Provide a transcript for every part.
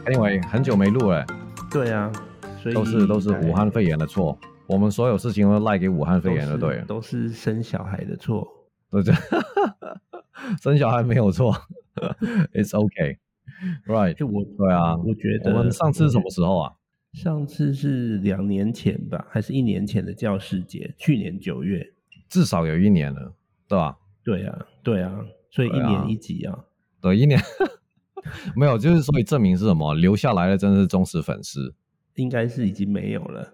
Anyway，很久没录了， 对啊，所以都是武汉肺炎的错，我们所有事情都赖给武汉肺炎的，对了， 都是生小孩的错。 对，生小孩没有错，It's okay，right？对啊， 我觉得我们上次什么时候啊？ 上次是2年前吧，还是1年前的教师节？去年9月， 至少有1年了，对吧？ 对啊，所以1年1集啊。 对，1年没有，就是所以证明是什么？留下来的真的是忠实粉丝， 应该是已经没有了。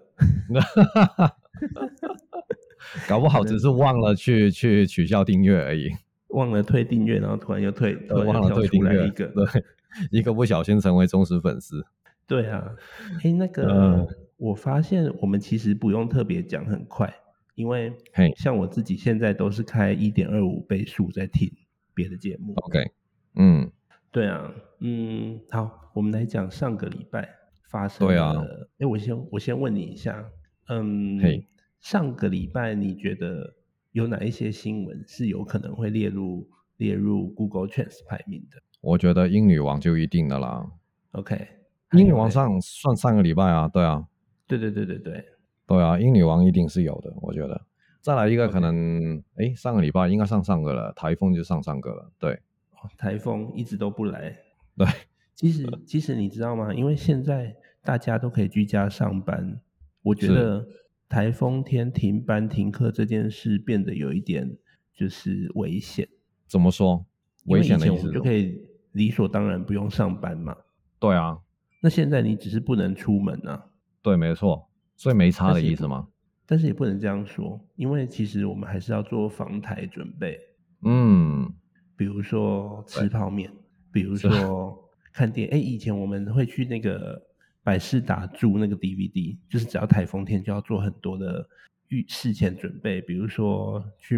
搞不好只是忘了去取消订阅而已， 忘了退订阅，然后突然又忘了退订阅， 一个， 对，一个不小心成为忠实粉丝。 对啊，我发现我们其实不用特别讲很快，因为像我自己现在都是开1.25倍速在听别的节目。 OK， 对啊，好，我们来讲上个礼拜发生的。对啊，我先问你一下，上个礼拜你觉得有哪一些新闻是有可能会列入 Google Trends 排名的？ 我觉得英女王就一定的啦。 OK， 英女王算上个礼拜啊，对啊， 对啊，英女王一定是有的，我觉得。再来一个可能，上个礼拜应该上个了，台风就上个了，对。 台风一直都不来， 对。 其实你知道吗？因为现在大家都可以居家上班，我觉得台风天停班停课这件事变得有一点就是危险。 怎么说？危险的意思？ 因为以前我们就可以理所当然不用上班嘛。 对啊。 那现在你只是不能出门啊。 对，没错。所以没差的意思吗？ 但是也不能这样说，因为其实我们还是要做防台准备。比如说吃泡面，比如说看电影。以前我们会去那个百视达租那个 DVD， 就是只要台风天就要做很多的事前准备，比如说去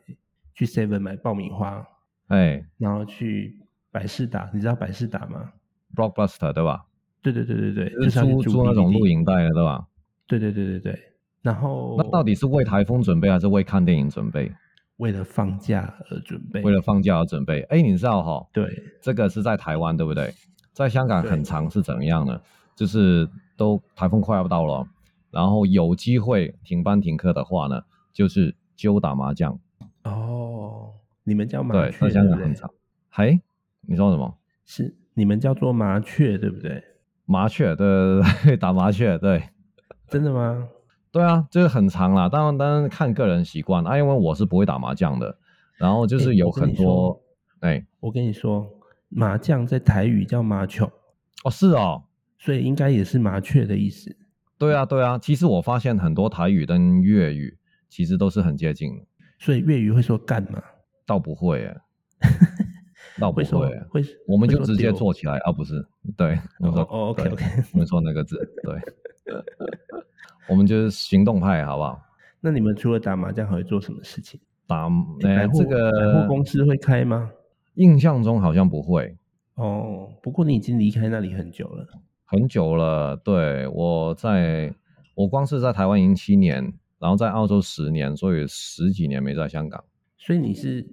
7 买爆米花，然后去百视达，你知道百视达吗？ Blockbuster 对吧？ 对， 就是租那种录影带的对吧？ 对。然后那到底是为台风准备还是为看电影准备？ 为了放假而准备。 为了放假而准备。你知道齁？ 对， 这个是在台湾对不对？在香港很常是怎么样呢？就是都台风快要到了，然后有机会停班停课的话呢，就是揪打麻将。 你们叫麻雀， 对，在香港很常。你说什么？ 是你们叫做麻雀对不对？ 麻雀，对，打麻雀，对。 真的吗？ 对啊，就是很长啦，当然看个人习惯因为我是不会打麻将的，然后就是有很多， 我跟你说，麻将在台语叫麻雀。 是哦， 所以应该也是麻雀的意思。 对啊，其实我发现很多台语跟粤语其实都是很接近的。 所以粤语会说干吗？ 倒不会耶。倒不会耶，我们就直接做起来不是，对， OK， 我们说那个字，对。我们就是行动派，好不好？ 那你们除了打麻将还会做什么事情？ 百货公司会开吗？ 印象中好像不会。 不过你已经离开那里很久了。 很久了，对，我光是在台湾已经7年，然后在澳洲10年，所以10几年没在香港。 所以你是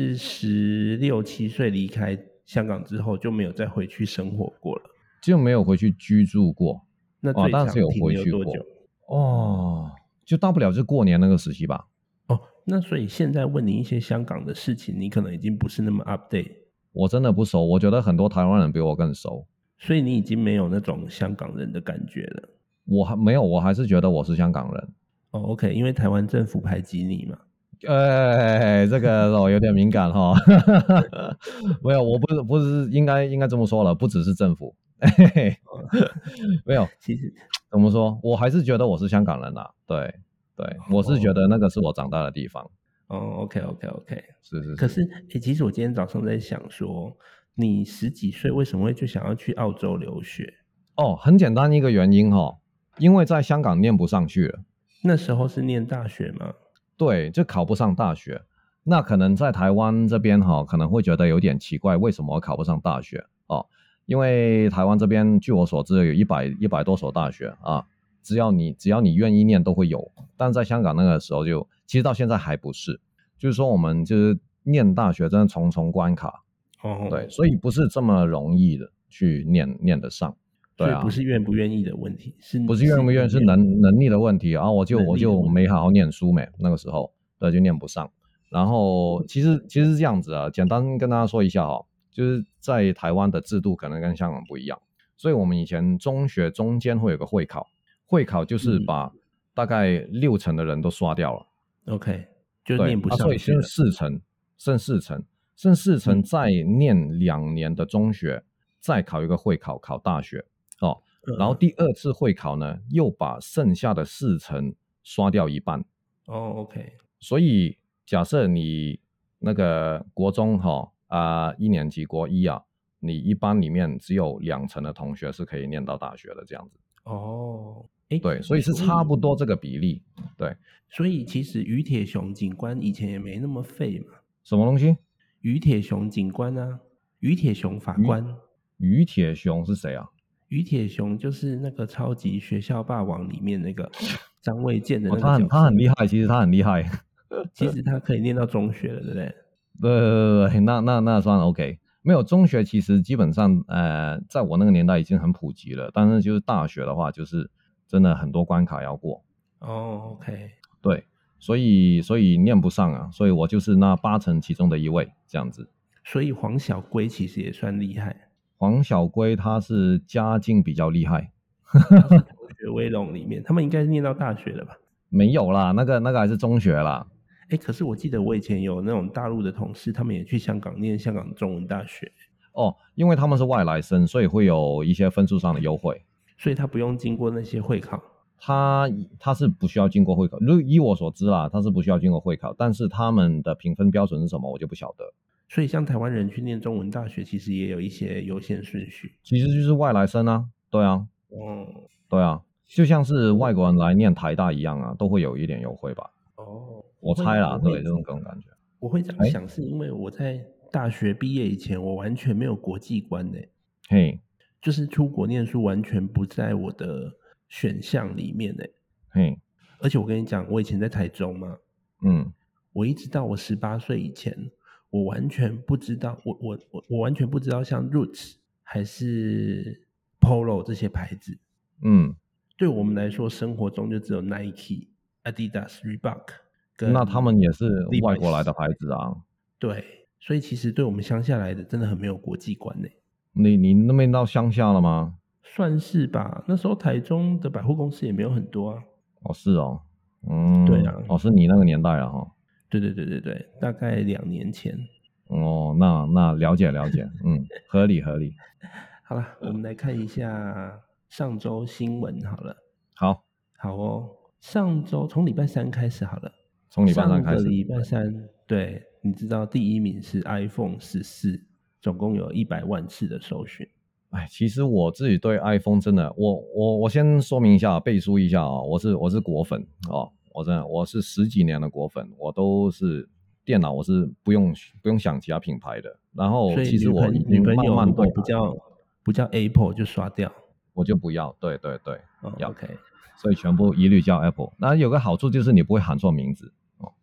16、17岁离开香港之后就没有再回去生活过了？ 就没有回去居住过。 那最长有回去过多久？ 就大不了就过年那个时期吧。 那所以现在问你一些香港的事情，你可能已经不是那么 update。 我真的不熟，我觉得很多台湾人比我更熟。 所以你已经没有那种香港人的感觉了。 我还是觉得我是香港人。 OK， 因为台湾政府排挤你嘛。 这个有点敏感齁。没有，我不是应该这么说了，不只是政府。没有， 其实怎么说，我还是觉得我是香港人啦。对，我是觉得那个是我长大的地方。 OK， 是。 可是其实我今天早上在想说，你10几岁为什么会就想要去澳洲留学？ 很简单一个原因因为在香港念不上去了。 那时候是念大学吗？ 对，就考不上大学。那可能在台湾这边可能会觉得有点奇怪，为什么我考不上大学因为台湾这边据我所知有100多所大学只要你愿意念都会有。但在香港那个时候其实到现在还不是，就是说我们就是念大学真的重重关卡。对，所以不是这么容易的去念得上。 所以不是愿不愿意的问题， 不是愿不愿意，是能力的问题啊！我就没好好念书那个时候，对，就念不上。然后其实是这样子啊，简单跟大家说一下哈，就是在台湾的制度可能跟香港不一样，所以我们以前中学中间会有个会考，会考就是把大概60%的人都刷掉了。 OK， 就念不上去了， 所以剩4成再念2年的中学，再考一个会考，考大学哦。然后第2次会考呢，又把剩下的4成刷掉一半。 OK。 所以假设你那个国中1年级国一啊，你一班里面只有2成的同学是可以念到大学的这样子。对，所以是差不多这个比例。对， 所以其实于铁雄警官以前也没那么废嘛。 什么东西？ 于铁雄警官啊，于铁雄法官。 于铁雄是谁啊？ 于铁雄就是那个超级学校霸王里面那个张卫健的那个角色。 他很厉害，其实他很厉害。 其实他可以念到中学了，对不对？ 对，那算 OK。没有，中学其实基本上在我那个年代已经很普及了，但是就是大学的话，就是真的很多关卡要过。 OK。 对，所以念不上啊，所以我就是那8成其中的一位这样子。 所以黄小龟其实也算厉害。 黄小龟他是家境比较厉害。 他是逃学威龙里面，他们应该念到大学了吧？ 没有啦，那个还是中学啦。 可是我记得我以前有那种大陆的同事，他们也去香港念香港中文大学。 因为他们是外来生，所以会有一些分数上的优惠。 所以他不用经过那些会考。 他是不需要经过会考，依我所知啦，他是不需要经过会考，但是他们的评分标准是什么，我就不晓得。 所以像台湾人去念中文大学，其实也有一些优先顺序。 其实就是外来生啊，对啊，对啊，就像是外国人来念台大一样啊，都会有一点优惠吧。我猜啦，对，这种感觉。 我会这样想，是因为我在大学毕业以前，我完全没有国际观嘿， 就是出国念书完全不在我的选项里面嘿， 而且我跟你讲，我以前在台中嘛，我一直到我18岁以前，我完全不知道，我完全不知道像 Roots 还是 Polo 这些牌子。对我们来说，生活中就只有 Nike、Adidas、Reebok。 那他们也是外国来的牌子啊。 对，所以其实对我们乡下来的真的很没有国际观你那边到乡下了吗？ 算是吧，那时候台中的百货公司也没有很多啊。 是哦。 对啊。 是你那个年代了哈。 对，大概2年前。 那了解，合理。 好了，我们来看一下上周新闻好了。 好哦，上周从礼拜3开始好了。 从礼拜3开始。 上个礼拜3，对，你知道第1名是 iPhone 14，总共有100万次的搜寻。 其实我自己对 iPhone 真的，我先说明一下，背书一下啊，我是果粉我是10几年的果粉，我都是电脑我是不用想其他品牌的，然后其实我已经慢慢对不叫 Apple 就刷掉， 我就不要，对 OK， 所以全部一律叫 Apple。那有个好处就是你不会喊错名字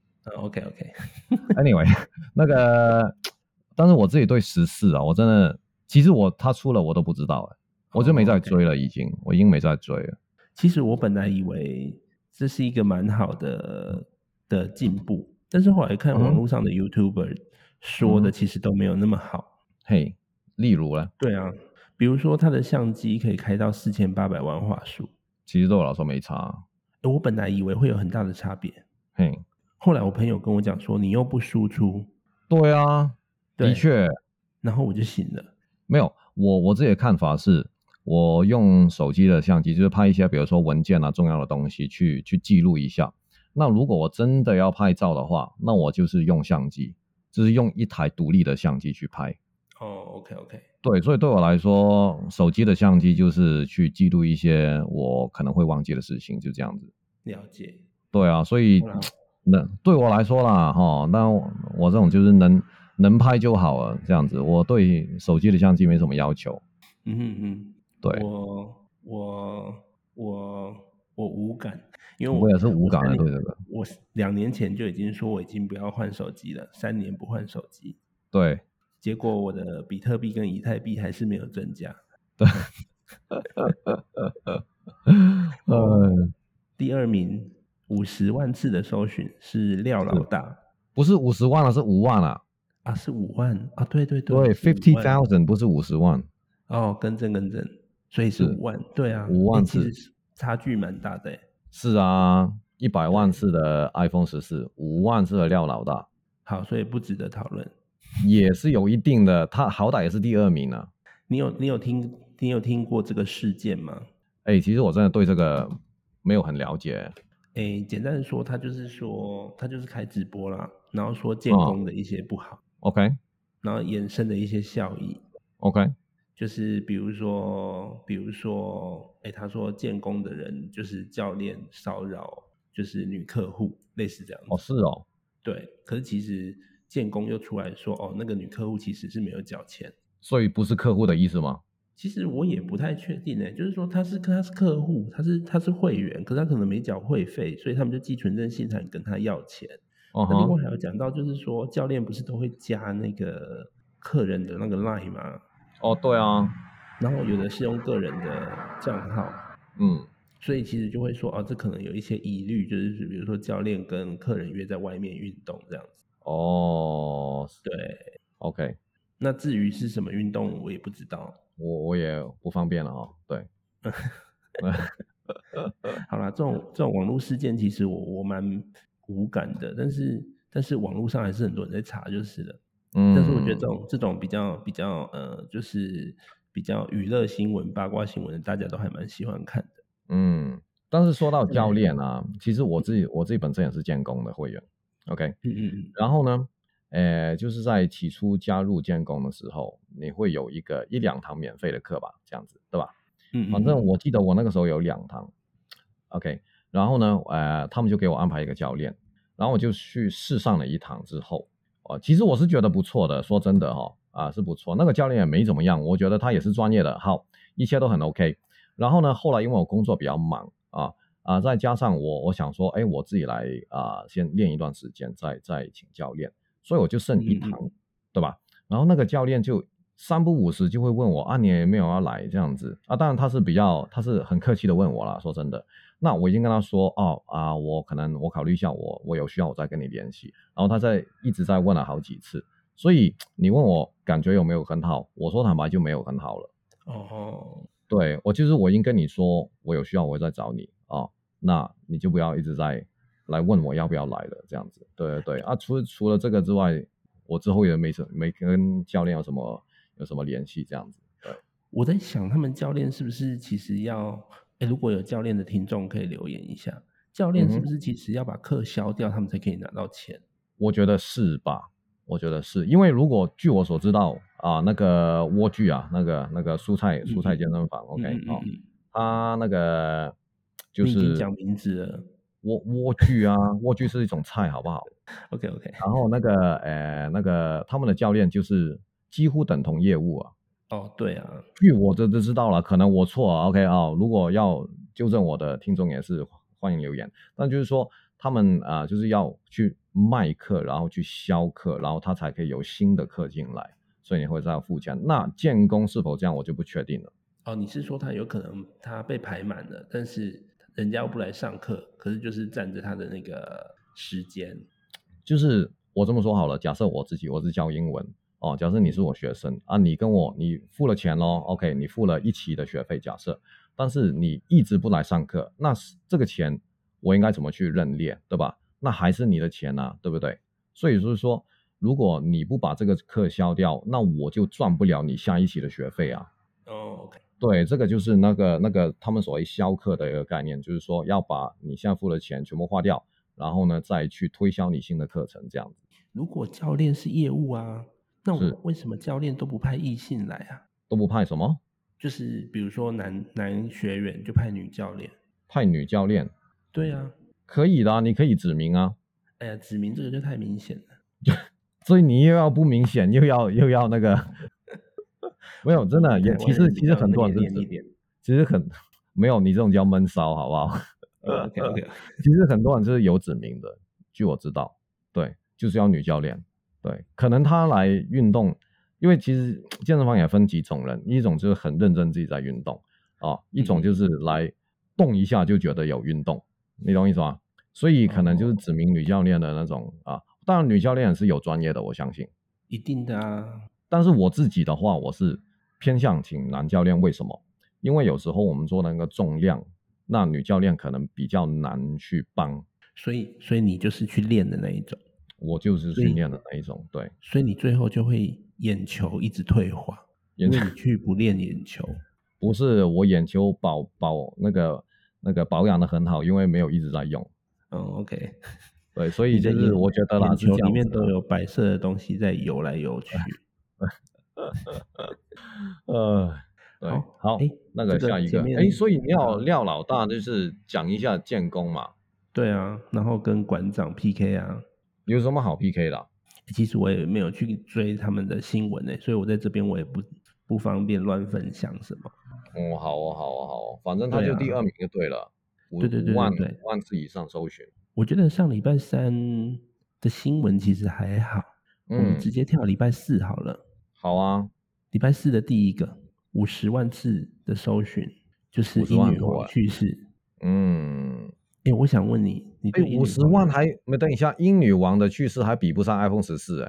OK Anyway 那个，但是我自己对14啊，我真的其实他出了我都不知道我就没在追了，我已经没在追了。 其实我本来以为这是一个蛮好的进步，但是后来看网络上的 YouTuber 说的其实都没有那么好。 例如呢？ 对啊，比如说它的相机可以开到4800万画素， 其实对我来说没差。 我本来以为会有很大的差别。后来我朋友跟我讲说，你又不输出。 对啊，的确。 然后我就醒了。 没有，我自己的看法是，我用手机的相机就是拍一些比如说文件啊重要的东西去记录一下。那如果我真的要拍照的话，那我就是用相机，就是用一台独立的相机去拍。 OK。 对，所以对我来说，手机的相机就是去记录一些我可能会忘记的事情，就这样子。 了解。 对啊，所以对我来说啦那我这种就是能拍就好了，这样子。我对手机的相机没什么要求。对。 我无感，因为我也是无感的，对。 我2年前就已经说我已经不要换手机了，3年不换手机。 对。 结果我的比特币跟以太币还是没有增加。 对。 第2名50万次的搜寻是廖老大， 不是50万了，是5万啊。 是5万啊，对 50,000不是50万。 更正，所以是5万，对啊 ，5万次， 其实差距蛮大的。 是啊，100万次的 iPhone 14，5万次的廖老大。 好，所以不值得讨论。 也是有一定的，他好歹也是第2名啊。 你有听过这个事件吗？ 其实我真的对这个没有很了解。 简单的说，他就是开直播啦，然后说建工的一些不好。 OK。 然后衍生的一些效益。 OK。 就是比如说，他说建工的人就是教练骚扰，就是女客户，类似这样子。 是哦。 对，可是其实建工又出来说，那个女客户其实是没有缴钱， 所以不是客户的意思吗？ 其实我也不太确定就是说他是客户，他是会员，可是他可能没缴会费，所以他们就寄存证信函跟他要钱。那另外还有讲到，就是说教练不是都会加那个客人的那个 LINE 吗？ 对啊。 然后有的是用个人的账号，所以其实就会说，这可能有一些疑虑，就是比如说教练跟客人约在外面运动这样子。对。 OK。 那至于是什么运动，我也不知道， 我也不方便了对。 好啦，这种网络事件其实我蛮无感的，但是网络上还是很多人在查就是了。但是我觉得这种比较就是比较娱乐新闻、八卦新闻，大家都还蛮喜欢看的。 但是说到教练啊，其实我自己本身也是建工的会员。OK。然后呢，就是在起初加入建工的时候，你会有1-2堂免费的课吧，这样子，对吧？反正我记得我那个时候有2堂。OK。然后呢，他们就给我安排一个教练，然后我就去试上了1堂之后，其实我是觉得不错的，说真的是不错。那个教练也没怎么样，我觉得他也是专业的，好，一切都很 OK。然后呢，后来因为我工作比较忙再加上我想说，我自己来先练一段时间，再请教练，所以我就剩1堂，对吧？然后那个教练就3不5时就会问我你有没有要来这样子当然他是很客气的问我啦，说真的。那我已经跟他说我考虑一下，我有需要我再跟你联系。然后他一直在问了好几次，所以你问我感觉有没有很好，我说坦白就没有很好了。对，我已经跟你说我有需要我会再找你那你就不要一直在来问我要不要来了这样子。对除了这个之外，我之后也没跟教练有什么联系这样子。对， 我在想他们教练是不是其实要如果有教练的听众可以留言一下，教练是不是其实要把课销掉他们才可以拿到钱？ 我觉得是吧，我觉得是，因为如果据我所知道那个莴苣那个蔬菜健身房，OK 他那个就是你已经讲名字了， 莴苣莴苣是一种菜，好不好 ？OK。 然后那个他们的教练就是几乎等同业务对啊， 据我这知道了，可能我错OK 如果要纠正我的听众也是欢迎留言。但就是说他们就是要去卖课，然后去销课，然后他才可以有新的课进来，所以你会再付钱。那建工是否这样，我就不确定了。 你是说他有可能他被排满了，但是人家又不来上课，可是就是占着他的那个时间。 就是我这么说好了，假设我是教英文假设你是我学生你付了钱咯 OK， 你付了1期的学费假设，但是你一直不来上课，那这个钱我应该怎么去认列，对吧？那还是你的钱对不对？所以就是说如果你不把这个课销掉，那我就赚不了你下1期的学费 OK。 对，这个就是那个他们所谓销课的一个概念，就是说要把你现在付的钱全部花掉，然后呢再去推销你新的课程这样子。 如果教练是业务那我为什么教练都不派异性来都不派什么？ 就是比如说男学员就派女教练。 派女教练？ 对啊， 可以的你可以指明哎呀，指明这个就太明显了。 所以你又要不明显，又要那个没有，真的其实很多人其实没有你这种叫闷骚，好不好 ？OK。 其实很多人就是有指明的，据我知道，对，就是要女教练，对，可能他来运动，因为其实健身房也分几种人，一种就是很认真自己在运动， 一种就是来动一下就觉得有运动，你懂意思吗？所以可能就是指明女教练的那种当然女教练是有专业的，我相信。 一定的啊。 但是我自己的话，我是偏向请男教练，为什么？因为有时候我们做那个重量，那女教练可能比较难去帮。 所以你就是去练的那一种。 我就是训练的那一种，对。 所以你最后就会眼球一直退化，因为你去不练眼球。 不是，我眼球那个保养的很好，因为没有一直在用。 OK。 对，所以就是我觉得啦， 眼球里面都有白色的东西在游来游去。 对，好，那个下一个，所以廖老大就是讲一下建工嘛。 对啊，然后跟馆长 PK 啊。 有什么好 PK 的？ 其实我也没有去追他们的新闻所以我在这边我也不方便乱分享什么。 好，反正他就第2名就对了。 对 5万次以上搜寻。 我觉得上礼拜3的新闻其实还好，我们直接跳礼拜4好了。 好啊。 礼拜4的第一个50万次的搜寻就是英女王去世。我想问你对 50万等一下，英女王的去世还比不上 iPhone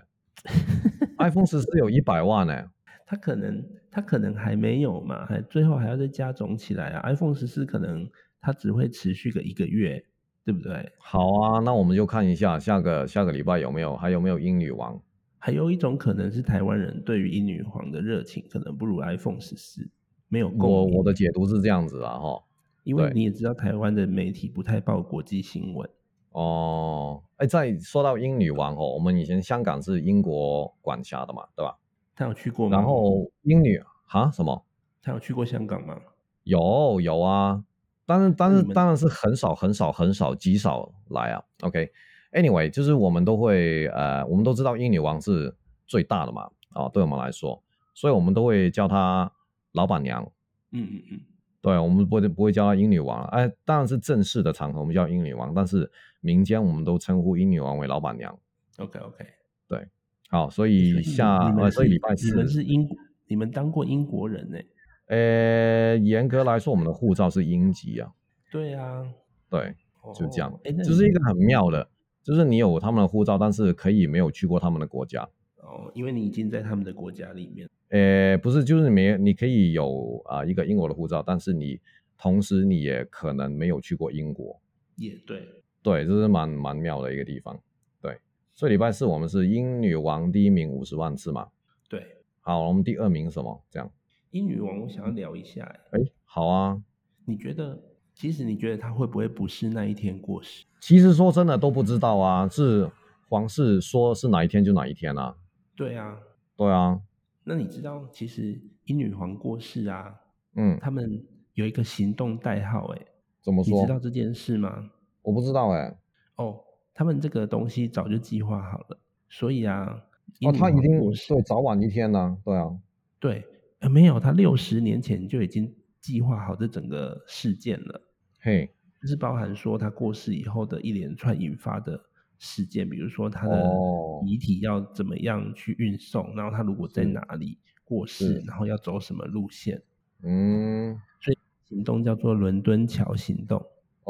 14iPhone 14有100万他可能还没有嘛，最后还要再加总起来啊。iPhone 14可能它只会持续个1个月，对不对？ 好啊，那我们就看一下下个礼拜还有没有英女王。 还有一种可能是台湾人对于英女皇的热情可能不如 iPhone 14，没有共鸣。 我的解读是这样子啊因为你也知道台湾的媒体不太报国际新闻。 再说到英女王我们以前香港是英国管辖的嘛，对吧？ 他有去过吗？ 然后英女什么？ 他有去过香港吗？ 有啊，但是当然是很少极少来啊。OK，Anyway，就是我们都知道英女王是最大的嘛，对我们来说，所以我们都会叫她老板娘。对，我们不会叫她英女王当然是正式的场合我们叫英女王，但是民间我们都称呼英女王为老板娘。 OK， 对，好，所以礼拜4， 你们当过英国人严格来说我们的护照是英籍啊。 对啊。 对，就这样。就是一个很妙的，就是你有他们的护照，但是可以没有去过他们的国家。 因为你已经在他们的国家里面。 不是，就是你可以有一个英国的护照，但是同时你也可能没有去过英国。 也对。 对，这是蛮妙的一个地方。对，所以礼拜4我们是英女王第1名50万次嘛。 对。 好，我们第2名什么？这样。 英女王我想要聊一下好啊。 其实你觉得她会不会不是那一天过世？ 其实说真的都不知道啊，是皇室说是哪一天就哪一天啊。 对啊。 那你知道其实英女皇过世啊，他们有一个行动代号怎么说？ 你知道这件事吗？ 我不知道他们这个东西早就计划好了，所以他一定对早晚一天呢。对啊。 对，没有，他60年前就已经计划好这整个事件了。就是包含说他过世以后的一连串引发的事件，比如说他的遗体要怎么样去运送，然后他如果在哪里过世，然后要走什么路线。所以行动叫做伦敦桥行动。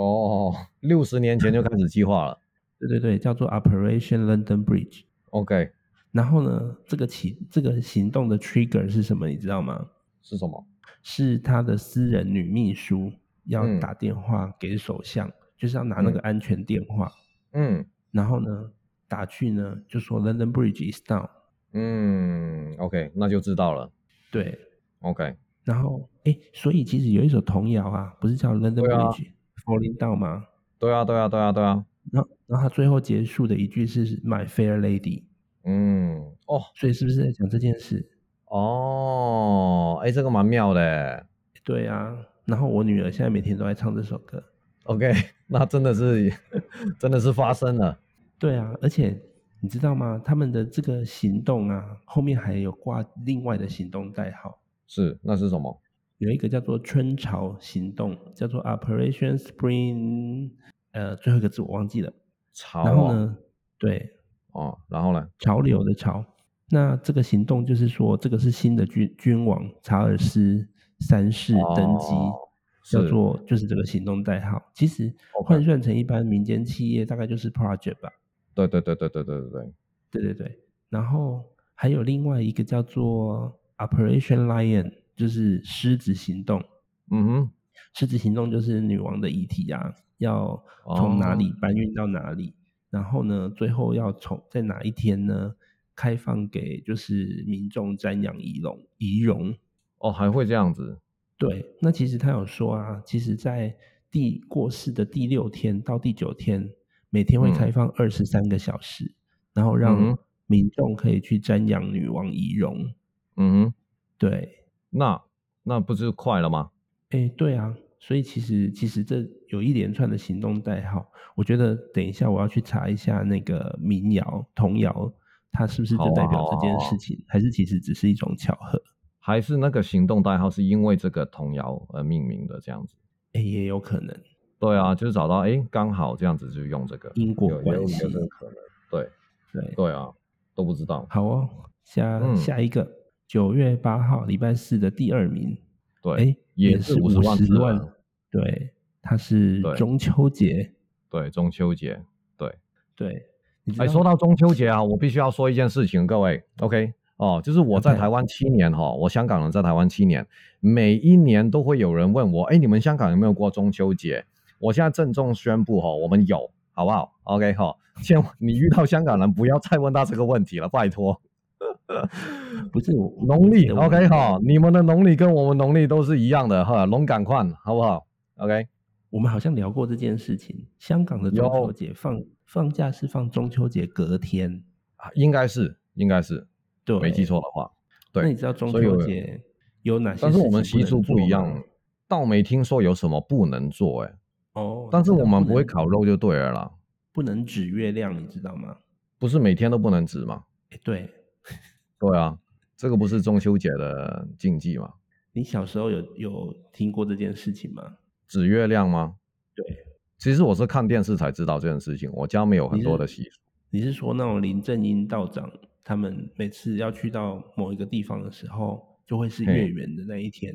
60年前就开始计划了。 对，叫做 Operation London Bridge。 OK。 然后呢，这个行动的 trigger 是什么？你知道吗？ 是什么？ 是他的私人女秘书要打电话给首相，就是要拿那个安全电话。然后呢，打去呢就说 London Bridge is down。 OK， 那就知道了。 对。 OK。 然后所以其实有一首童谣不是叫 London Bridge Falling Down 吗？ 对啊。 然后他最后结束的一句是 My Fair Lady。所以是不是在讲这件事？ 这个蛮妙的。 对啊，然后我女儿现在每天都在唱这首歌。 OK， 那真的是发生了。 对啊，而且你知道吗？他们的这个行动后面还有挂另外的行动代号。 那是什么？ 有一个叫做春潮行动，叫做 Operation Spring， 最后一个字我忘记了。 潮。 然后呢？对。 然后呢？ 潮流的潮。那这个行动就是说，这个是新的君王查尔斯 3式登机，叫做就是这个行动代号。其实换算成一般民间企业大概就是 project 吧。 对。 然后还有另外一个叫做 Operation Lion， 就是狮子行动。狮子行动就是女王的遗体啊，要从哪里搬运到哪里，然后呢，最后要在哪一天呢，开放给就是民众瞻仰仪容。 还会这样子？ 对，那其实他有说啊，其实在过世的第6天到第9天，每天会开放23个小时，然后让民众可以去瞻仰女王仪容。对， 那不是快了吗？ 对啊，所以其实这有一连串的行动代号，我觉得等一下我要去查一下那个民谣童谣，它是不是就代表这件事情，还是其实只是一种巧合？ 还是那个行动代号是因为这个童谣而命名的这样子？ 也有可能。 对啊，就是找到刚好这样子就用这个因果关系， 有这个可能。对啊，都不知道。 好哦，下一个9月8号礼拜4的第2名， 对，也是50万。 对，它是中秋节。 对，中秋节。 对。 说到中秋节啊，我必须要说一件事情，各位 ，OK。就是我在台湾7年我香港人在台湾7年，每一年都会有人问我，你们香港有没有过中秋节？我现在郑重宣布我们有，好不好 ？OK 你遇到香港人不要再问他这个问题了，拜托。 不是农历 OK 你们的农历跟我们农历都是一样的龙赶快，好不好 ？OK。 我们好像聊过这件事情，香港的中秋节放假是放中秋节隔天， 应该是。对，没记错的话。对。 那你知道中秋节有哪些事情不能做吗？ 但是我们习俗不一样，倒没听说有什么不能做但是我们不会烤肉就对了啦。 不能指月亮，你知道吗？ 不是每天都不能指吗？ 对。 对啊，这个不是中秋节的禁忌吗？ 你小时候有听过这件事情吗？ 指月亮吗？ 对。 其实我是看电视才知道这件事情，我家没有很多的习俗。 你是说那种林正英道长他们每次要去到某一个地方的时候，就会是月圆的那一天？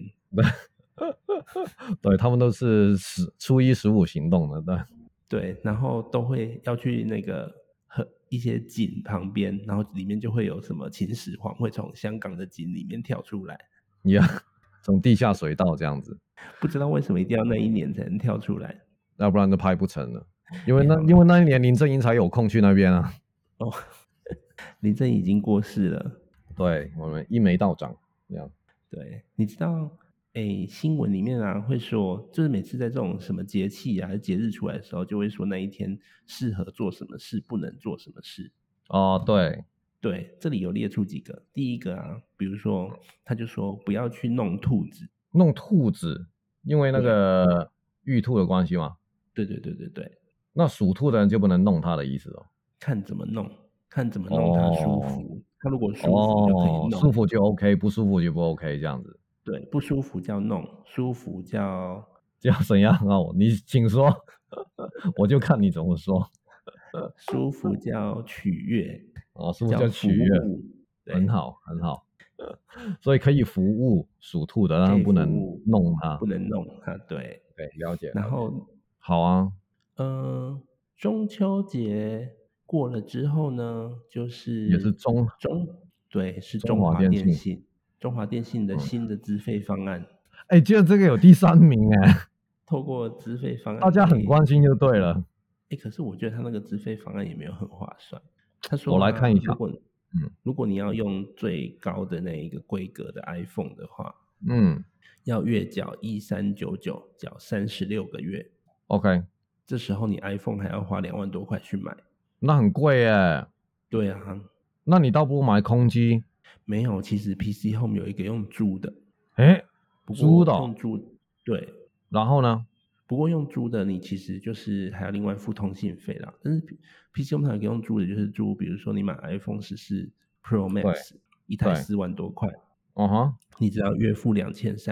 对，他们都是初一15行动的。 对，然后都会要去那个一些井旁边，然后里面就会有什么秦始皇会从香港的井里面跳出来， 从地下水道这样子。 不知道为什么一定要那一年才能跳出来， 要不然就拍不成了。因为那一年林正英才有空去那边啊。 林正英已经过世了。 对，我们一眉道长这样。 对，你知道新闻里面啊会说，就是每次在这种什么节气啊节日出来的时候，就会说那一天适合做什么事，不能做什么事。 对， 这里有列出几个。第一个啊，比如说他就说不要去弄兔子。 弄兔子，因为那个玉兔的关系吗？ 对。 那属兔的人就不能弄他的意思看怎么弄他舒服。他如果舒服就可以弄， 舒服就 OK， 不舒服就不 OK 这样子。 对，不舒服叫弄，舒服叫怎样你请说。我就看你怎么说。 舒服叫取悦。 舒服叫取悦。很好。所以可以服务属兔的，但不能弄它。 不能弄它。对， 了解。 然后好啊。 中秋节过了之后呢，就是也是对，是中华电信。中华电信的新的资费方案。 居然这个有第3名透过资费方案， 大家很关心就对了。 可是我觉得他那个资费方案也没有很划算。他说我来看一下。 如果你要用最高的那一个规格的 iPhone 的话，要月缴1399，缴36个月。 OK。 这时候你 iPhone 还要花2万多块去买， 那很贵耶。 对啊。 那你倒不如买空机。 没有，其实 PC Home 有一个用租的。 租的用租。对。 然后呢？ 不过用租的你其实就是还要另外付通信费啦。但是 PC Home 它有个用租的，就是租，比如说你买 iPhone 14 Pro Max， 一台4万多块。你只要月付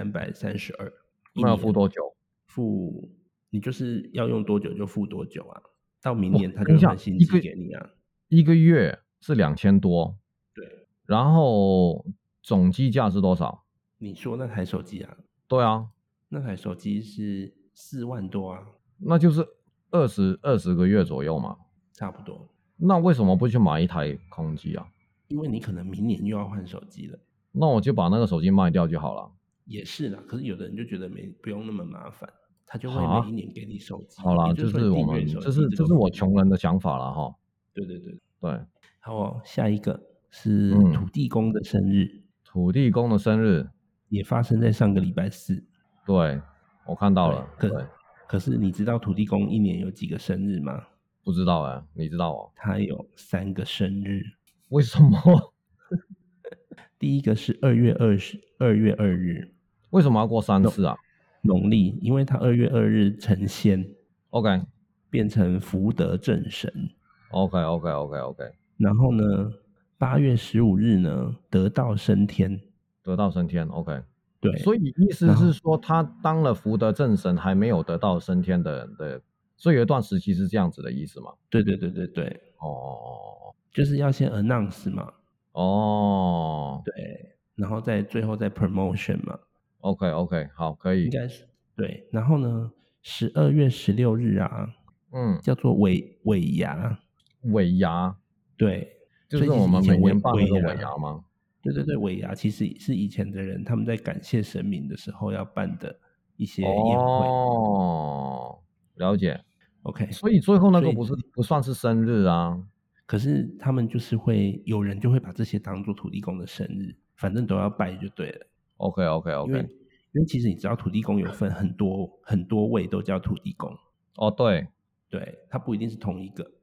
2332。 那要付多久？ 你就是要用多久就付多久啊，到明年他就换新机给你啊。 一个月是2000多。 对。 然后总机价是多少？ 你说那台手机啊？ 对啊， 那台手机是4万多啊， 那就是20个月左右嘛， 差不多。 那为什么不去买一台空机啊？ 因为你可能明年又要换手机了。 那我就把那个手机卖掉就好了。 也是啦，可是有的人就觉得不用那么麻烦，他就会每啊， 一年给你手机， 好啦， 也就是说你订阅手机这是我这个服务。 穷人的想法了哈。 对对对。 对， 好哦，下一个是土地公的生日， 土地公的生日也发生在上个礼拜4。 对，我看到了。对， 可是你知道土地公一年有几个生日吗？ 不知道哎，你知道哦？ 他有3个生日。 为什么？ 第一个是2月2日。 为什么要过3次啊？ 农历，因为他2月2日成仙 ，OK， 变成福德正神。 OK， 然后呢，8月15日呢得道升天。 得道升天 ，OK。 对， 所以意思是说，他当了福德正神还没有得道升天的人的，所以有一段时期是这样子的意思吗？ 对。 哦， 就是要先 announce 嘛。 哦， 对，然后最后再 promotion 嘛。 OK，好，可以。 应该是对。然后呢，12月16日啊，叫做尾牙。 尾牙， 对， 就是我们每年办那个尾牙吗？ 对，尾牙其实是以前的人他们在感谢神明的时候要办的一些宴会。 哦，了解。 OK， 所以最后那个不算是生日啊。 可是他们就是有人就会把这些当做土地公的生日，反正都要拜就对了。 OK， 因为其实你知道土地公有分很多位都叫土地公。 哦，对， 他不一定是同一个。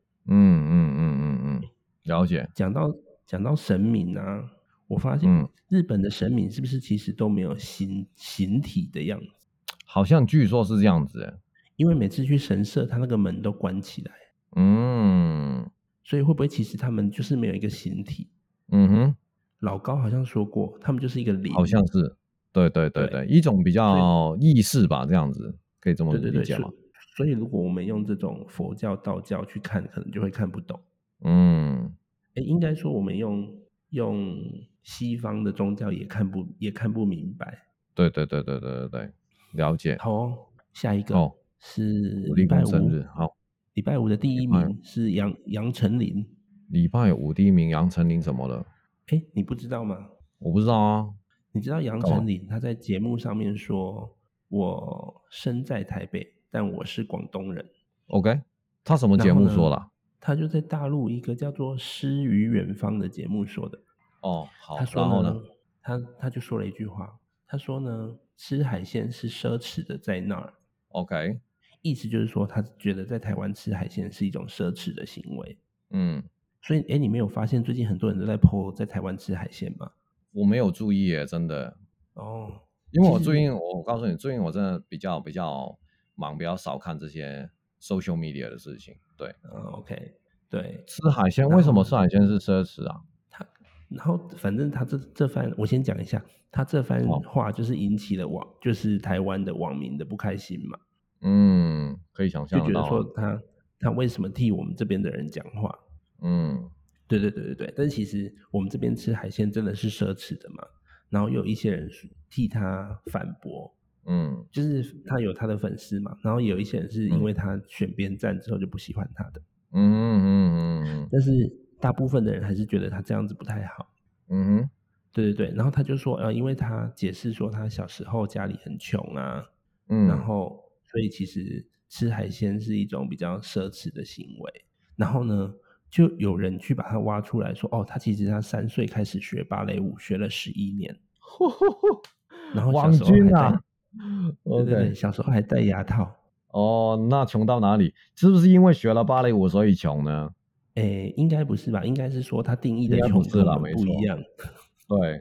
了解。 讲到神明啊，我发现日本的神明是不是其实都没有形体的样子？ 好像据说是这样子， 因为每次去神社，他那个门都关起来。所以会不会其实他们就是没有一个形体？老高好像说过，他们就是一个灵。 好像是，对，一种比较意识吧，这样子可以这么理解吗？ 所以如果我们用这种佛教、道教去看，可能就会看不懂。应该说我们用西方的宗教也看不明白。 对，了解。 好哦，下一个是礼拜五生日。好， 礼拜五的第一名是杨丞琳。 礼拜五第一名杨丞琳怎么了？ 你不知道吗？ 我不知道啊。 你知道杨丞琳他在节目上面说，我生在台北，但我是广东人。 OK， 他什么节目说了？ 他就在大陆一个叫做《诗与远方》的节目说的。 好， 然后呢？ 他就说了一句话，他说呢，吃海鲜是奢侈的在那儿。 OK， 意思就是说，他觉得在台湾吃海鲜是一种奢侈的行为。所以你没有发现最近很多人都在 po 在台湾吃海鲜吗？ 我没有注意耶，真的。因为我告诉你，最近我真的比较忙，比较少看这些 social media 的事情。对 ，OK，对， 吃海鲜，为什么吃海鲜是奢侈啊？ 然后反正他这番，我先讲一下，他这番话就是引起了就是台湾的网民的不开心嘛。 可以想象就觉得说他为什么替我们这边的人讲话？对，但是其实我们这边吃海鲜真的是奢侈的嘛。然后又有一些人替他反驳，就是他有他的粉丝嘛，然后有一些人是因为他选边站之后就不喜欢他的，但是大部分的人还是觉得他这样子不太好，对，然后他就说，因为他解释说他小时候家里很穷啊，然后所以其实吃海鲜是一种比较奢侈的行为，然后呢，就有人去把他挖出来说，他其实他3岁开始学芭蕾舞，学了11年，然后小时候还戴，对，小时候还戴牙套。 那穷到哪里？是不是因为学了芭蕾舞所以穷呢？ 应该不是吧？应该是说他定义的穷跟我们不一样。 对，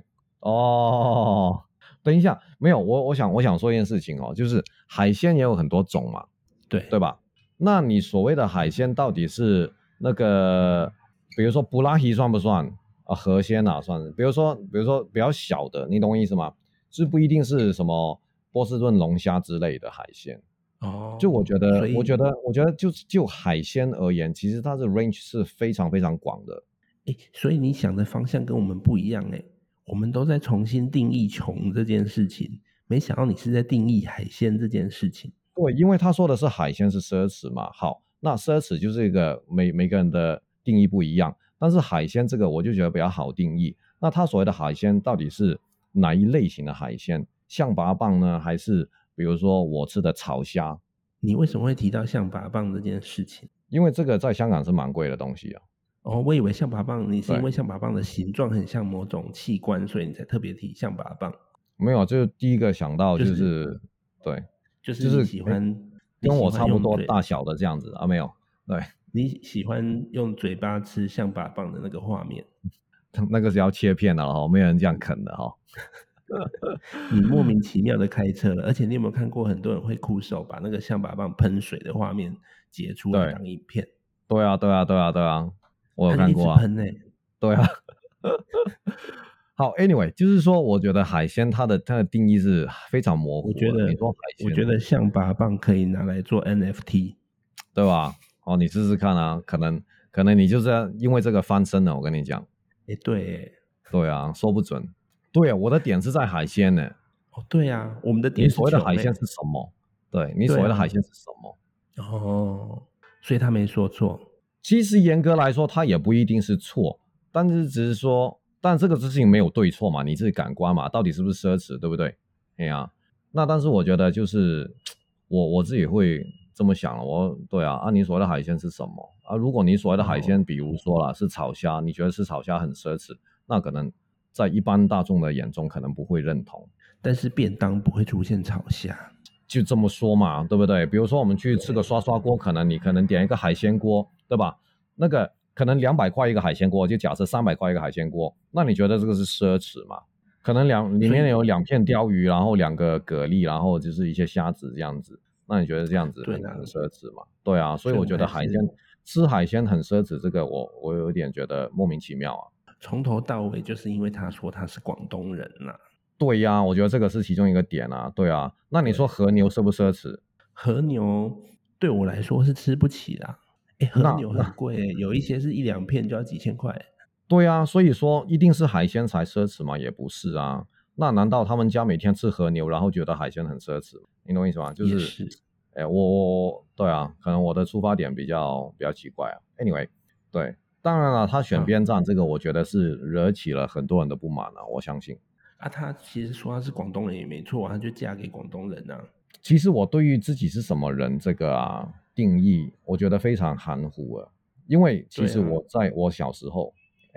等一下，没有，我想说一件事情就是海鲜也有很多种嘛，对吧？那你所谓的海鲜到底是那个，比如说布拉希算不算啊？河鲜啊，算是。比如说比较小的，你懂我意思吗？是不一定是什么波士顿龙虾之类的海鲜。就我觉得就海鲜而言，其实它的 range 是非常非常广的。 所以你想的方向跟我们不一样我们都在重新定义穷这件事情， 没想到你是在定义海鲜这件事情。 对，因为他说的是海鲜是奢侈嘛。好，那奢侈就是一个每个人的定义不一样，但是海鲜这个我就觉得比较好定义。那他所谓的海鲜到底是哪一类型的海鲜？象拔蚌呢，还是比如说我吃的草虾？ 你为什么会提到象拔蚌这件事情？ 因为这个在香港是蛮贵的东西啊。 哦，我以为象拔蚌，你是因为对， 象拔蚌的形状很像某种器官，所以你才特别提象拔蚌。 没有，就是第一个想到就是就是对， 就是就是你喜欢跟我差不多用大小的这样子啊，没有，对， 你喜欢用嘴巴吃象拔蚌的那个画面。 那个是要切片的哈，没有人这样啃的哈。 你莫名其妙的开车了，而且你有没有看过很多人会苦手把那个象拔蚌喷水的画面截出来对， 当影片？ 对啊，对啊，对啊，对啊，我有他就一直看过啊。 喷呢。 对啊。好，anyway，就是说，我觉得海鲜它的定义是非常模糊的。你说海鲜， 我觉得象拔蚌可以拿来做 NFT， 对吧？哦，你试试看啊，可能你就是要因为这个翻身了。我跟你讲， 对， 对啊，说不准。对啊，我的点是在海鲜呢。 哦，对啊，我们的你点是所谓的海鲜穷是什么？对，你所谓的海鲜是什么？ 哦，所以他没说错。 其实严格来说，它也不一定是错，但是只是说，但这个事情没有对错嘛，你自己感官嘛，到底是不是奢侈，对不对？哎呀，那但是我觉得就是我自己会这么想了，对啊，你所谓的海鲜是什么啊？如果你所谓的海鲜，比如说啦是草虾，你觉得吃草虾很奢侈，那可能在一般大众的眼中可能不会认同。 但是便当不会出现草虾， 就这么说嘛，对不对？比如说我们去吃个刷刷锅，你可能点一个海鲜锅，对吧？那个可能200块一个海鲜锅，就假设300块一个海鲜锅，那你觉得这个是奢侈吗？可能里面有2片鲷鱼，然后2个蛤蜊，然后就是一些虾子这样子，那你觉得这样子很奢侈吗？对啊，所以我觉得吃海鲜很奢侈，这个我有点觉得莫名其妙啊。 从头到尾就是因为他说他是广东人啦。 对呀，我觉得这个是其中一个点啊。对啊，那你说和牛奢不奢侈？ 和牛对我来说是吃不起啦。和牛很贵有一些是1-2片就要几千块。 对啊，所以说一定是海鲜才奢侈吗？也不是啊。那难道他们家每天吃和牛，然后觉得海鲜很奢侈？你懂我意思吗？就是，对啊，可能我的出发点比较奇怪啊。Anyway， 对，当然了，他选边站这个，我觉得是惹起了很多人的不满啊，我相信。 他其实说他是广东人也没错，他就嫁给广东人啊。 其实我对于自己是什么人这个定义，我觉得非常含糊啊。因为其实在我小时候，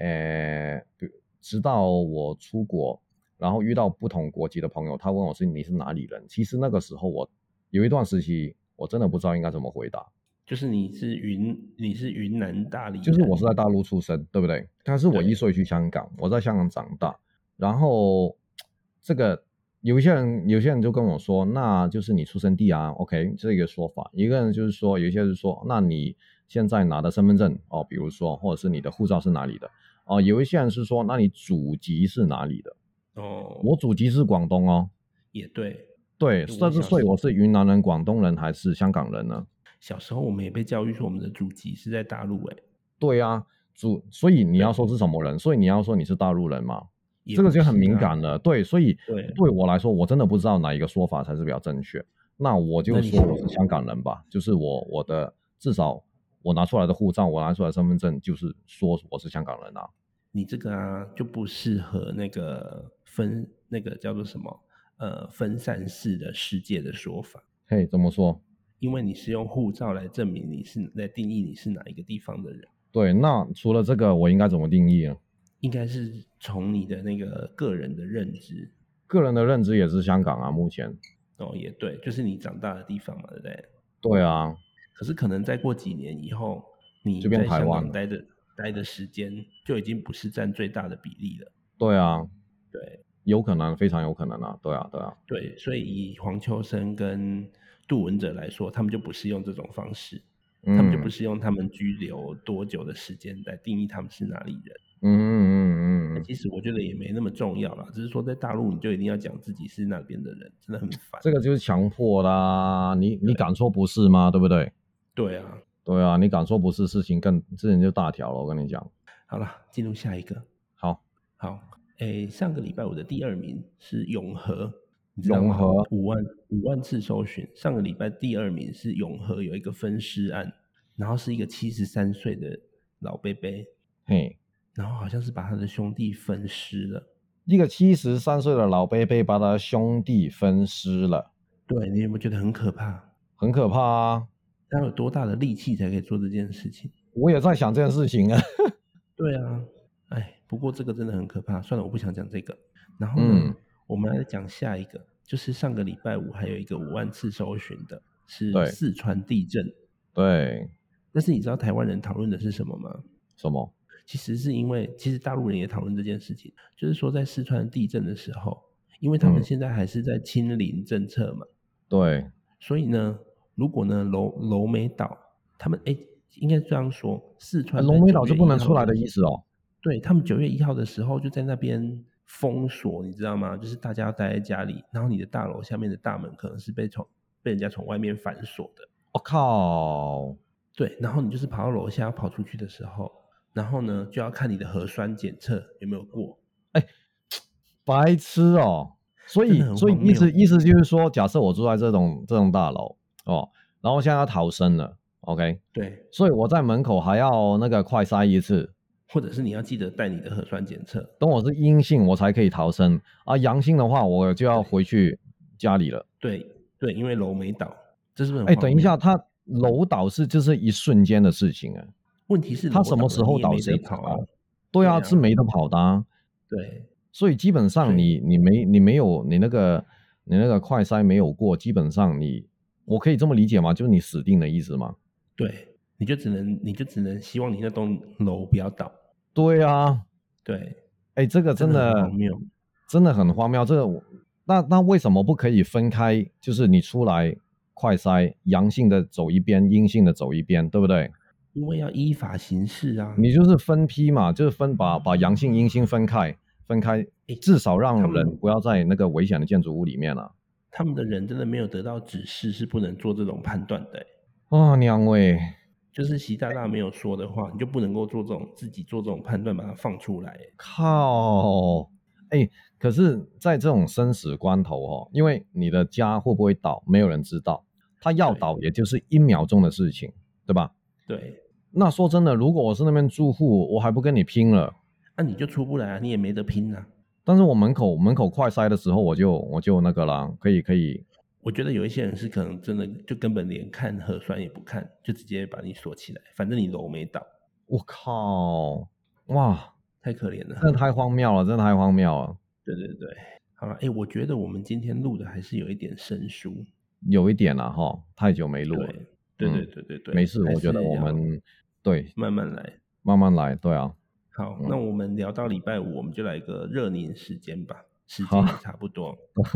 直到我出国，然后遇到不同国籍的朋友，他问我你是哪里人？其实那个时候我有一段时期，我真的不知道应该怎么回答。 就是你是云南大理人， 就是我是在大陆出生，对不对？但是我1岁去香港，我在香港长大。然后这个有一些人就跟我说，那就是你出生地啊 ，OK， 这个说法。一个人就是说，有一些人说，那你现在拿的身份证哦，比如说或者是你的护照是哪里的哦，有一些人是说，那你祖籍是哪里的哦？我祖籍是广东哦。 也对， 对，所以我是云南人、广东人还是香港人呢？ 小时候我们也被教育说我们的祖籍是在大陆对啊，所以你要说是什么人？所以你要说你是大陆人吗？这个就很敏感了。对，所以对我来说，我真的不知道哪一个说法才是比较正确。那我就说我是香港人吧，就是我的至少我拿出来的护照，我拿出来的身份证，就是说我是香港人啊。 你这个就不适合那个叫做什么分散式的世界的说法。 嘿，怎么说？ 因为你是用护照来证明来定义你是哪一个地方的人。 对，那除了这个，我应该怎么定义呢？ 应该是从你的那个个人的认知。 个人的认知也是香港啊，目前。 哦，也对，就是你长大的地方嘛，对不对？ 对啊。 可是可能再过几年以后，你在香港待的时间就已经不是占最大的比例了。 对啊。 对， 有可能，非常有可能啊。对啊，对啊。 对，所以以黄秋生跟杜汶泽来说，他们就不是用这种方式，他们就不是用他们居留多久的时间来定义他们是哪里人。其实我觉得也没那么重要啦，只是说在大陆你就一定要讲自己是那边的人，真的很烦。 这个就是强迫啦，你敢说不是吗？对不对？ 对啊， 对啊，你敢说不是，事情就大条了。我跟你讲。 好了，进入下一个。 好， 上个礼拜我的第2名是永和。 你知道吗？ 永和 5万次搜寻，上个礼拜第2名是永和有一个分尸案，然后是一个73岁的老伯伯， 嘿， 然后好像是把他的兄弟分尸了。 一个73岁的老伯伯把他兄弟分尸了。 对，你有没有觉得很可怕？ 很可怕啊！ 他有多大的力气才可以做这件事情？ 我也在想这件事情啊。 对啊，哎，不过这个真的很可怕。算了，我不想讲这个。然后呢，我们来讲下一个，就是上个礼拜五还有一个5万次搜寻的，是四川地震。 对。 但是你知道台湾人讨论的是什么吗？ 什么？ 其实是因为，其实大陆人也讨论这件事情，就是说在四川地震的时候，因为他们现在还是在清零政策嘛。 对。 所以呢，如果呢楼没倒，他们应该这样说，四川楼没倒就不能出来的意思哦。 对，他们9月1号的时候就在那边封锁，你知道吗？就是大家要待在家里，然后你的大楼下面的大门可能是被人家从外面反锁的。 我靠！ 对，然后你就是跑到楼下要跑出去的时候，然后呢就要看你的核酸检测有没有过。 白痴哦！所以意思就是说，假设我住在这种大楼哦，然后现在要逃生了 ，OK？ 对， 所以我在门口还要那个快筛一次， 或者是你要记得带你的核酸检测， 等我是阴性我才可以逃生啊，阳性的话我就要回去家里了。 对，因为楼没倒，这是不是很荒谬？ 等一下，他楼倒就是一瞬间的事情啊。 问题是他什么时候倒谁跑啊？对啊，是没得跑的啊。 对。 所以基本上你没有你那个快筛没有过，基本上我可以这么理解吗？就是你死定的意思吗？ 对，你就只能希望你那栋楼不要倒。 对啊， 对， 这个真的很荒谬，真的很荒谬。这个那为什么不可以分开？就是你出来快筛，阳性的走一边，阴性的走一边，对不对？ 因为要依法行事啊。 你就是分批嘛，就是把阳性阴性分开，至少让人不要在那个危险的建筑物里面啊。 他们的人真的没有得到指示，是不能做这种判断的。 娘喂！ 就是习大大没有说的话，你就不能够自己做这种判断，把它放出来。 靠！可是在这种生死关头因为你的家会不会倒，没有人知道。他要倒也就是1秒钟的事情，对吧？ 对。 那说真的，如果我是那边住户，我还不跟你拼了？ 那你就出不来啊，你也没得拼啊。 但是我门口快筛的时候，我就那个啦，可以。 我觉得有一些人是可能真的就根本连看核酸也不看，就直接把你锁起来，反正你楼没倒。 我靠！哇， 太可怜了， 真的太荒谬了，真的太荒谬了。 对，好了，我觉得我们今天录的还是有一点生疏， 有一点啦太久没录了。 对， 没事，我觉得我们慢慢来， 对啊。 好，那我们聊到礼拜五，我们就来一个热凝时间吧，时间也差不多。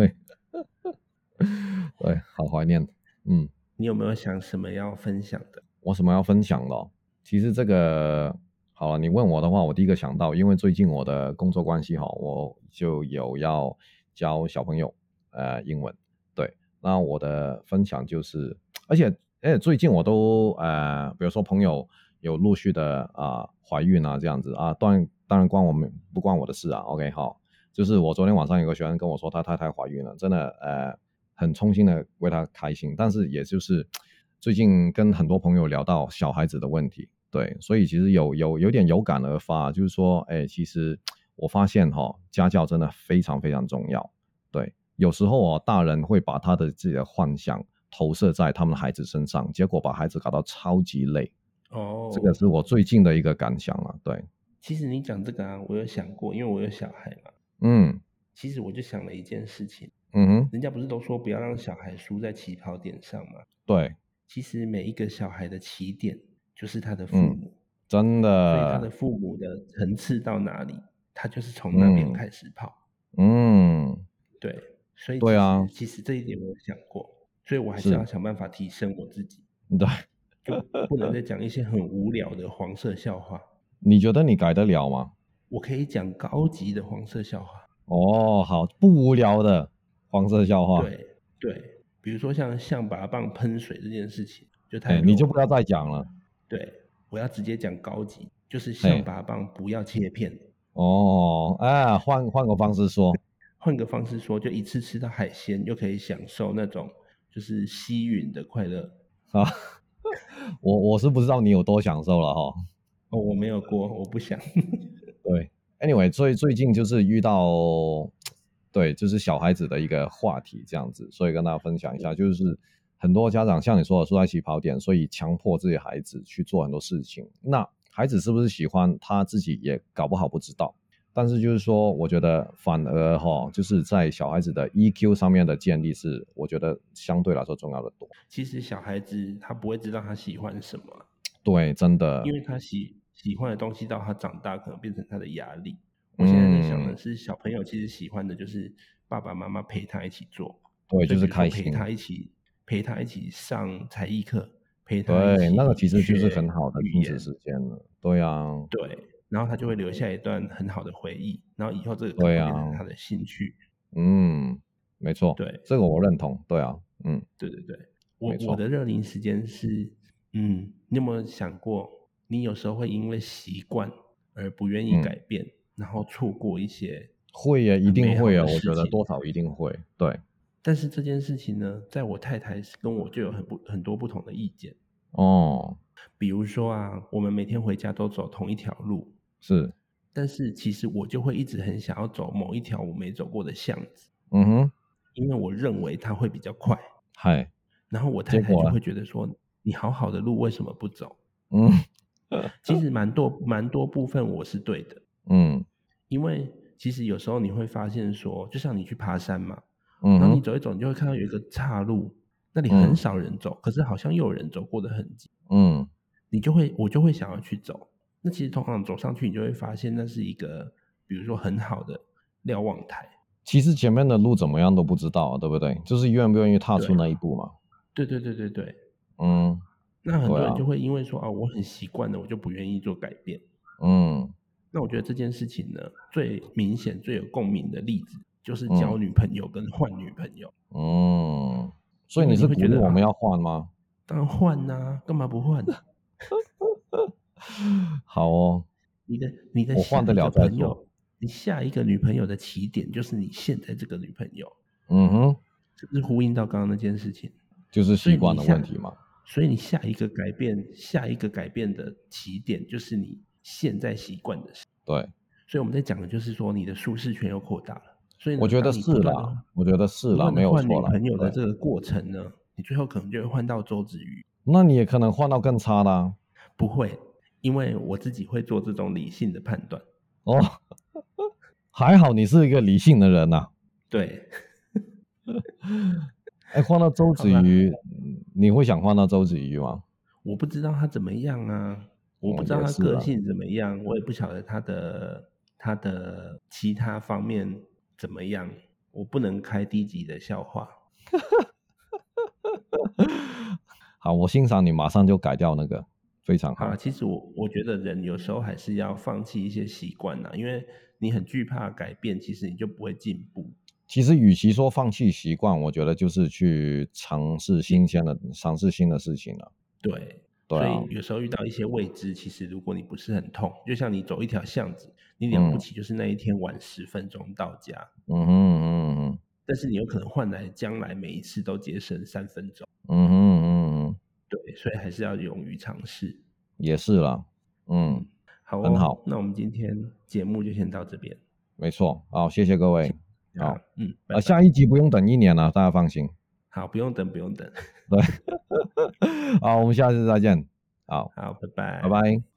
对，好怀念。 你有没有想什么要分享的？ 我什么要分享的？其实这个好了，你问我的话，我第一个想到，因为最近我的工作关系我就有要教小朋友英文。对，那我的分享就是，而且最近我都比如说朋友有陆续的怀孕啊这样子啊，当然不关我的事啊。OK， 好，就是我昨天晚上有个学生跟我说他太太怀孕了，真的很衷心的为他开心，但是也就是最近跟很多朋友聊到小孩子的问题，对，所以其实有点有感而发，就是说其实我发现家教真的非常非常重要。对，有时候大人会把他的自己的幻想投射在他们的孩子身上，结果把孩子搞到超级累。这个是我最近的一个感想了。对， 其实你讲这个啊，我有想过，因为我有小孩嘛。其实我就想了一件事情。人家不是都说不要让小孩输在起跑点上吗？ 对， 其实每一个小孩的起点就是他的父母。 真的。 所以他的父母的层次到哪里，他就是从那边开始跑。对，所以对啊， 其实这一点我有想过，所以我还是要想办法提升我自己。 对， 就不能再讲一些很无聊的黄色笑话。 你觉得你改得了吗？ 我可以讲高级的黄色笑话。 好，不无聊的黄色笑话。 对，比如说像象拔蚌喷水这件事情，就太你就不要再讲了。 对，我要直接讲高级，就是象拔蚌不要切片。 换个方式说。 换个方式说，就一次吃到海鲜，又可以享受那种就是吸吮的快乐啊。我是不知道你有多享受了哈。 哦，我没有过，我不想。 对 ，anyway，最近就是遇到，对，就是小孩子的一个话题这样子，所以跟大家分享一下，就是很多家长像你说的输在起跑点，所以强迫自己孩子去做很多事情。那孩子是不是喜欢，他自己也搞不好不知道。但是就是说，我觉得反而就是在小孩子的 EQ 上面的建立是，我觉得相对来说重要的多。 其实小孩子他不会知道他喜欢什么， 对，真的， 因为他喜欢的东西到他长大可能变成他的压力。我现在在想的是，小朋友其实喜欢的就是爸爸妈妈陪他一起做， 对，就是开心， 陪他一起上才艺课，陪他一起对，那个其实就是很好的亲子时间了。对啊， 对。然后他就会留下一段很好的回忆，然后以后这个可能会变成他的兴趣。 没错， 对， 这个我认同。对啊， 对，我的热龄时间是，你有没有想过，你有时候会因为习惯而不愿意改变，然后错过一些会耶，一定会啊，我觉得多少一定会。对， 但是这件事情呢，在我太太跟我就有很多不同的意见哦。 比如说啊，我们每天回家都走同一条路。 是， 但是其实我就会一直很想要走某一条我没走过的巷子，因为我认为它会比较快。 嗨， 然后我太太就会觉得说，你好好的路为什么不走？其实蛮多部分我是对的，因为其实有时候你会发现说，就像你去爬山嘛，然后你走一走，你就会看到有一个岔路，那里很少人走，可是好像又有人走过的痕迹，我就会想要去走。那其实通常走上去，你就会发现那是一个，比如说很好的瞭望台。 其实前面的路怎么样都不知道，对不对？就是愿不愿意踏出那一步嘛。 对。那很多人就会因为说我很习惯了，我就不愿意做改变。那我觉得这件事情呢，最明显、最有共鸣的例子，就是交女朋友跟换女朋友。 所以你是鼓励我们要换吗？ 当然换啊，干嘛不换？ 好哦， 你的我换得了再说。 你下一个女朋友的起点就是你现在这个女朋友。是不是呼应到刚刚那件事情？ 就是习惯的问题嘛。 所以你下一个改变的起点就是你现在习惯的事。 对。 所以我们在讲的就是说你的舒适圈又扩大了。所以我觉得是啦，没有错啦。 换女朋友的这个过程呢，你最后可能就会换到周子瑜。 那你也可能换到更差的啊。 不会，因为我自己会做这种理性的判断。 还好你是一个理性的人啊。 对。 换到周子瑜，你会想换到周子瑜吗？ 我不知道他怎么样啊，我不知道他个性怎么样，我也不晓得他的其他方面怎么样，我不能开低级的笑话。 好，我欣赏你马上就改掉那个，非常好。 其实我觉得人有时候还是要放弃一些习惯啦，因为你很惧怕改变，其实你就不会进步。 其实与其说放弃习惯，我觉得就是去尝试新的事情了。 对，所以有时候遇到一些未知，其实如果你不是很痛，就像你走一条巷子，你了不起就是那一天晚10分钟到家。但是你有可能换来将来每一次都节省3分钟。对，所以还是要勇于尝试。 也是啦。 好很好。 那我们今天节目就先到这边。 没错，好，谢谢各位。好， 拜拜。 下一集不用等1年了，大家放心。 好，不用等。 对。好，我们下次再见。好， 拜拜。 拜拜。